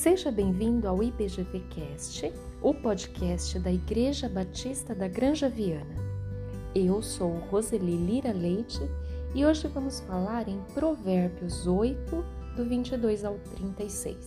Seja bem-vindo ao IBGVcast, o podcast da Igreja Batista da Granja Viana. Eu sou Roseli Lira Leite e hoje vamos falar em Provérbios 8, do 22 ao 36.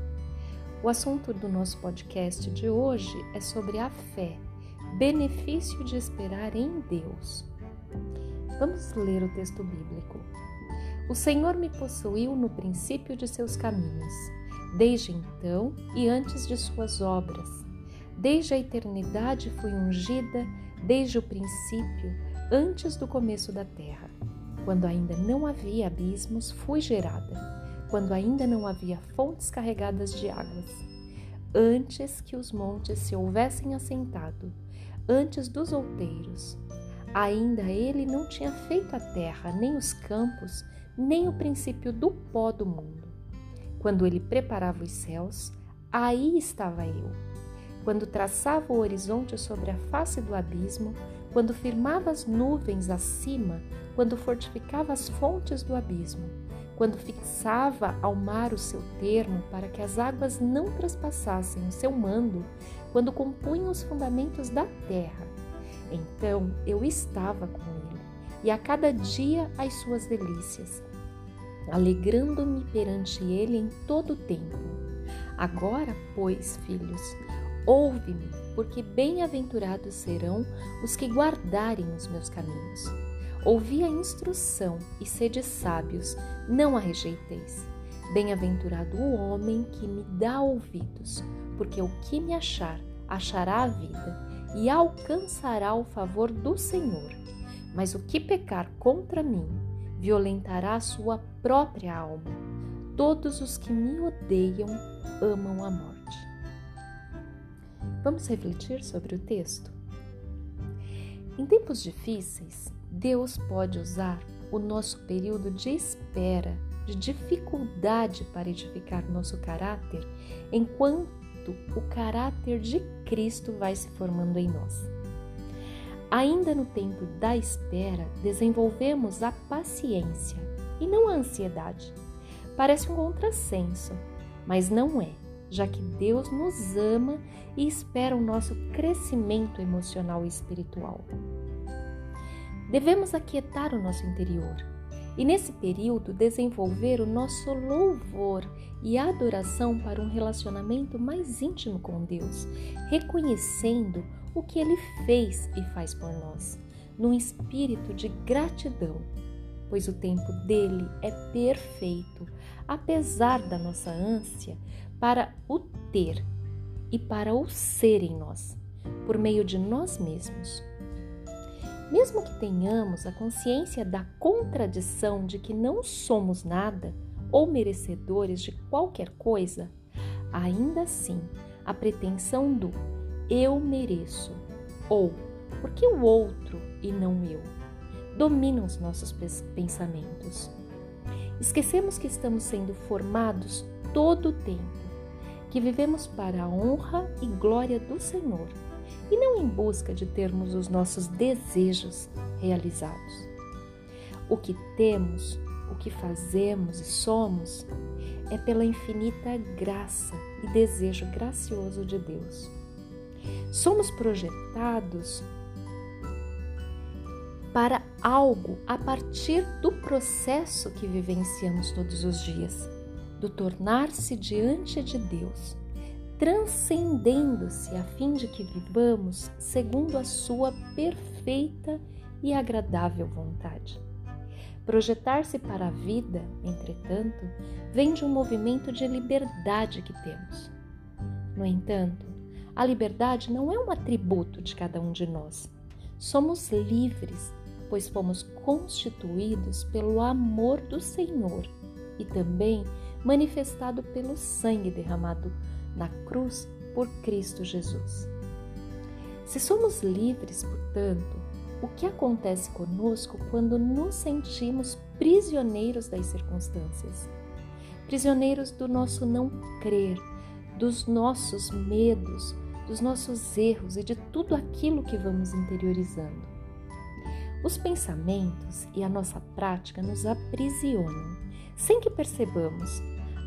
O assunto do nosso podcast de hoje é sobre a fé, benefício de esperar em Deus. Vamos ler o texto bíblico. O Senhor me possuiu no princípio de seus caminhos, desde então e antes de suas obras. Desde a eternidade fui ungida, desde o princípio, antes do começo da terra. Quando ainda não havia abismos, fui gerada. Quando ainda não havia fontes carregadas de águas. Antes que os montes se houvessem assentado, antes dos outeiros. Ainda ele não tinha feito a terra, nem os campos, nem o princípio do pó do mundo. Quando ele preparava os céus, aí estava eu. Quando traçava o horizonte sobre a face do abismo, quando firmava as nuvens acima, quando fortificava as fontes do abismo, quando fixava ao mar o seu termo para que as águas não trespassassem o seu mando, quando compunha os fundamentos da terra. Então eu estava com ele, e a cada dia as suas delícias, alegrando-me perante ele em todo o tempo. Agora, pois, filhos, ouve-me, porque bem-aventurados serão os que guardarem os meus caminhos. Ouvi a instrução e sede sábios, não a rejeiteis. Bem-aventurado o homem que me dá ouvidos, porque o que me achar, achará a vida e alcançará o favor do Senhor. Mas o que pecar contra mim, violentará a sua própria alma. Todos os que me odeiam amam a morte. Vamos refletir sobre o texto? Em tempos difíceis, Deus pode usar o nosso período de espera, de dificuldade para edificar nosso caráter, enquanto o caráter de Cristo vai se formando em nós. Ainda no tempo da espera, desenvolvemos a paciência e não a ansiedade. Parece um contrassenso, mas não é, já que Deus nos ama e espera o nosso crescimento emocional e espiritual. Devemos aquietar o nosso interior e, nesse período, desenvolver o nosso louvor e adoração para um relacionamento mais íntimo com Deus, reconhecendo o que Ele fez e faz por nós, num espírito de gratidão, pois o tempo dele é perfeito, apesar da nossa ânsia para o ter e para o ser em nós, por meio de nós mesmos. Mesmo que tenhamos a consciência da contradição de que não somos nada ou merecedores de qualquer coisa, ainda assim, a pretensão do eu mereço ou porque o outro e não eu domina os nossos pensamentos. Esquecemos que estamos sendo formados todo o tempo, que vivemos para a honra e glória do Senhor e não em busca de termos os nossos desejos realizados. O que temos, o que fazemos e somos é pela infinita graça e desejo gracioso de Deus. Somos projetados para algo a partir do processo que vivenciamos todos os dias, do tornar-se diante de Deus, transcendendo-se a fim de que vivamos segundo a sua perfeita e agradável vontade. Projetar-se para a vida, entretanto, vem de um movimento de liberdade que temos. No entanto, a liberdade não é um atributo de cada um de nós. Somos livres, pois fomos constituídos pelo amor do Senhor e também manifestado pelo sangue derramado na cruz por Cristo Jesus. Se somos livres, portanto, o que acontece conosco quando nos sentimos prisioneiros das circunstâncias? Prisioneiros do nosso não crer, dos nossos medos, dos nossos erros e de tudo aquilo que vamos interiorizando. Os pensamentos e a nossa prática nos aprisionam, sem que percebamos,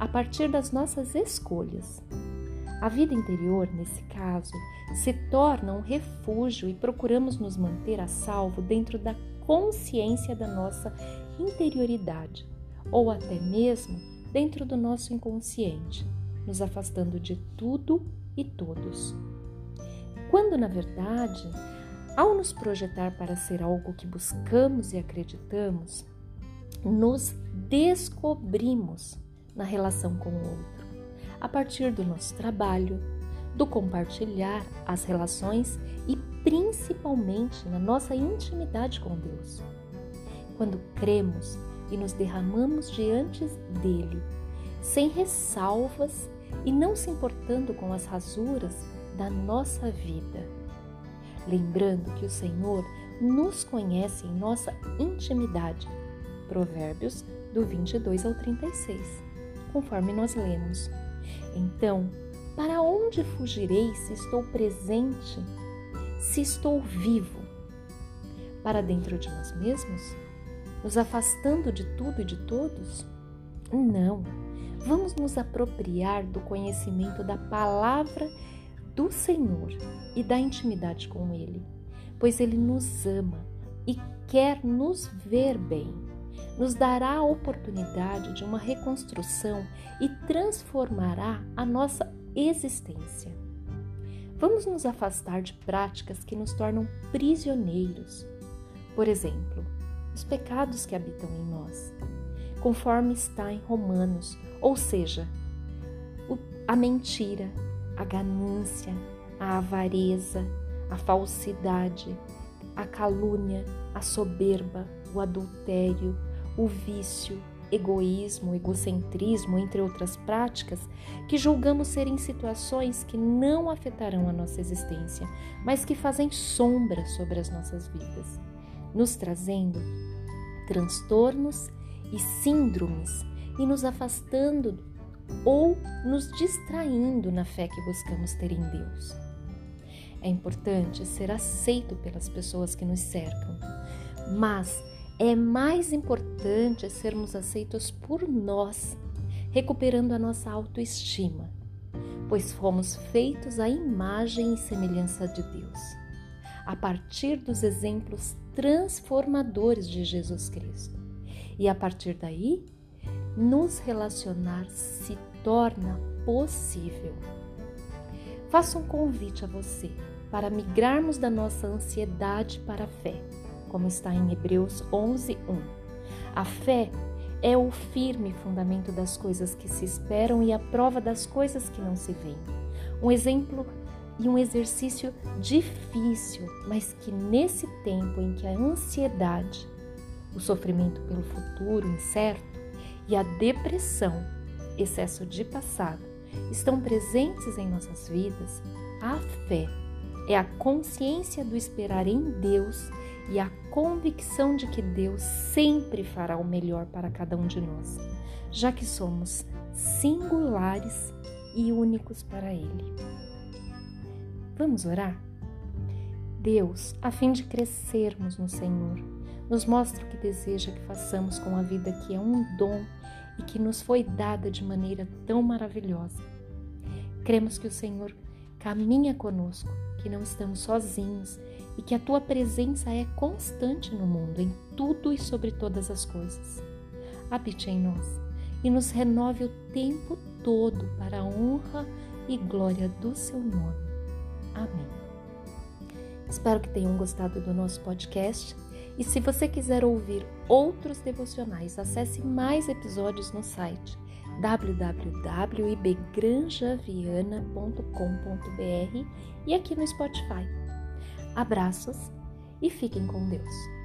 a partir das nossas escolhas. A vida interior, nesse caso, se torna um refúgio e procuramos nos manter a salvo dentro da consciência da nossa interioridade, ou até mesmo dentro do nosso inconsciente, nos afastando de tudo e todos. Quando, na verdade, ao nos projetar para ser algo que buscamos e acreditamos, nos descobrimos na relação com o outro, a partir do nosso trabalho, do compartilhar as relações e principalmente na nossa intimidade com Deus. Quando cremos e nos derramamos diante dele, sem ressalvas e não se importando com as rasuras da nossa vida. Lembrando que o Senhor nos conhece em nossa intimidade. Provérbios do 22 ao 36, conforme nós lemos. Então, para onde fugirei se estou presente, se estou vivo? Para dentro de nós mesmos? Nos afastando de tudo e de todos? Não, vamos nos apropriar do conhecimento da palavra do Senhor e da intimidade com Ele, pois Ele nos ama e quer nos ver bem. Nos dará a oportunidade de uma reconstrução e transformará a nossa existência. Vamos nos afastar de práticas que nos tornam prisioneiros. Por exemplo, os pecados que habitam em nós, conforme está em Romanos, ou seja, a mentira, a ganância, a avareza, a falsidade, a calúnia, a soberba, o adultério, o vício, egoísmo, egocentrismo, entre outras práticas que julgamos serem situações que não afetarão a nossa existência, mas que fazem sombra sobre as nossas vidas, nos trazendo transtornos e síndromes e nos afastando ou nos distraindo na fé que buscamos ter em Deus. É importante ser aceito pelas pessoas que nos cercam, mas é mais importante sermos aceitos por nós, recuperando a nossa autoestima, pois fomos feitos à imagem e semelhança de Deus, a partir dos exemplos transformadores de Jesus Cristo. E a partir daí, nos relacionar se torna possível. Faço um convite a você para migrarmos da nossa ansiedade para a fé, como está em Hebreus 11:1. A fé é o firme fundamento das coisas que se esperam e a prova das coisas que não se veem. Um exemplo e um exercício difícil, mas que nesse tempo em que a ansiedade, o sofrimento pelo futuro incerto e a depressão, excesso de passado, estão presentes em nossas vidas, a fé é a consciência do esperar em Deus e a convicção de que Deus sempre fará o melhor para cada um de nós, já que somos singulares e únicos para Ele. Vamos orar? Deus, a fim de crescermos no Senhor, nos mostra o que deseja que façamos com a vida que é um dom e que nos foi dada de maneira tão maravilhosa. Cremos que o Senhor caminha conosco, que não estamos sozinhos e que a Tua presença é constante no mundo, em tudo e sobre todas as coisas. Habite em nós e nos renove o tempo todo para a honra e glória do Seu nome. Amém. Espero que tenham gostado do nosso podcast e se você quiser ouvir outros devocionais, acesse mais episódios no site www.ibgranjaviana.com.br e aqui no Spotify. Abraços e fiquem com Deus.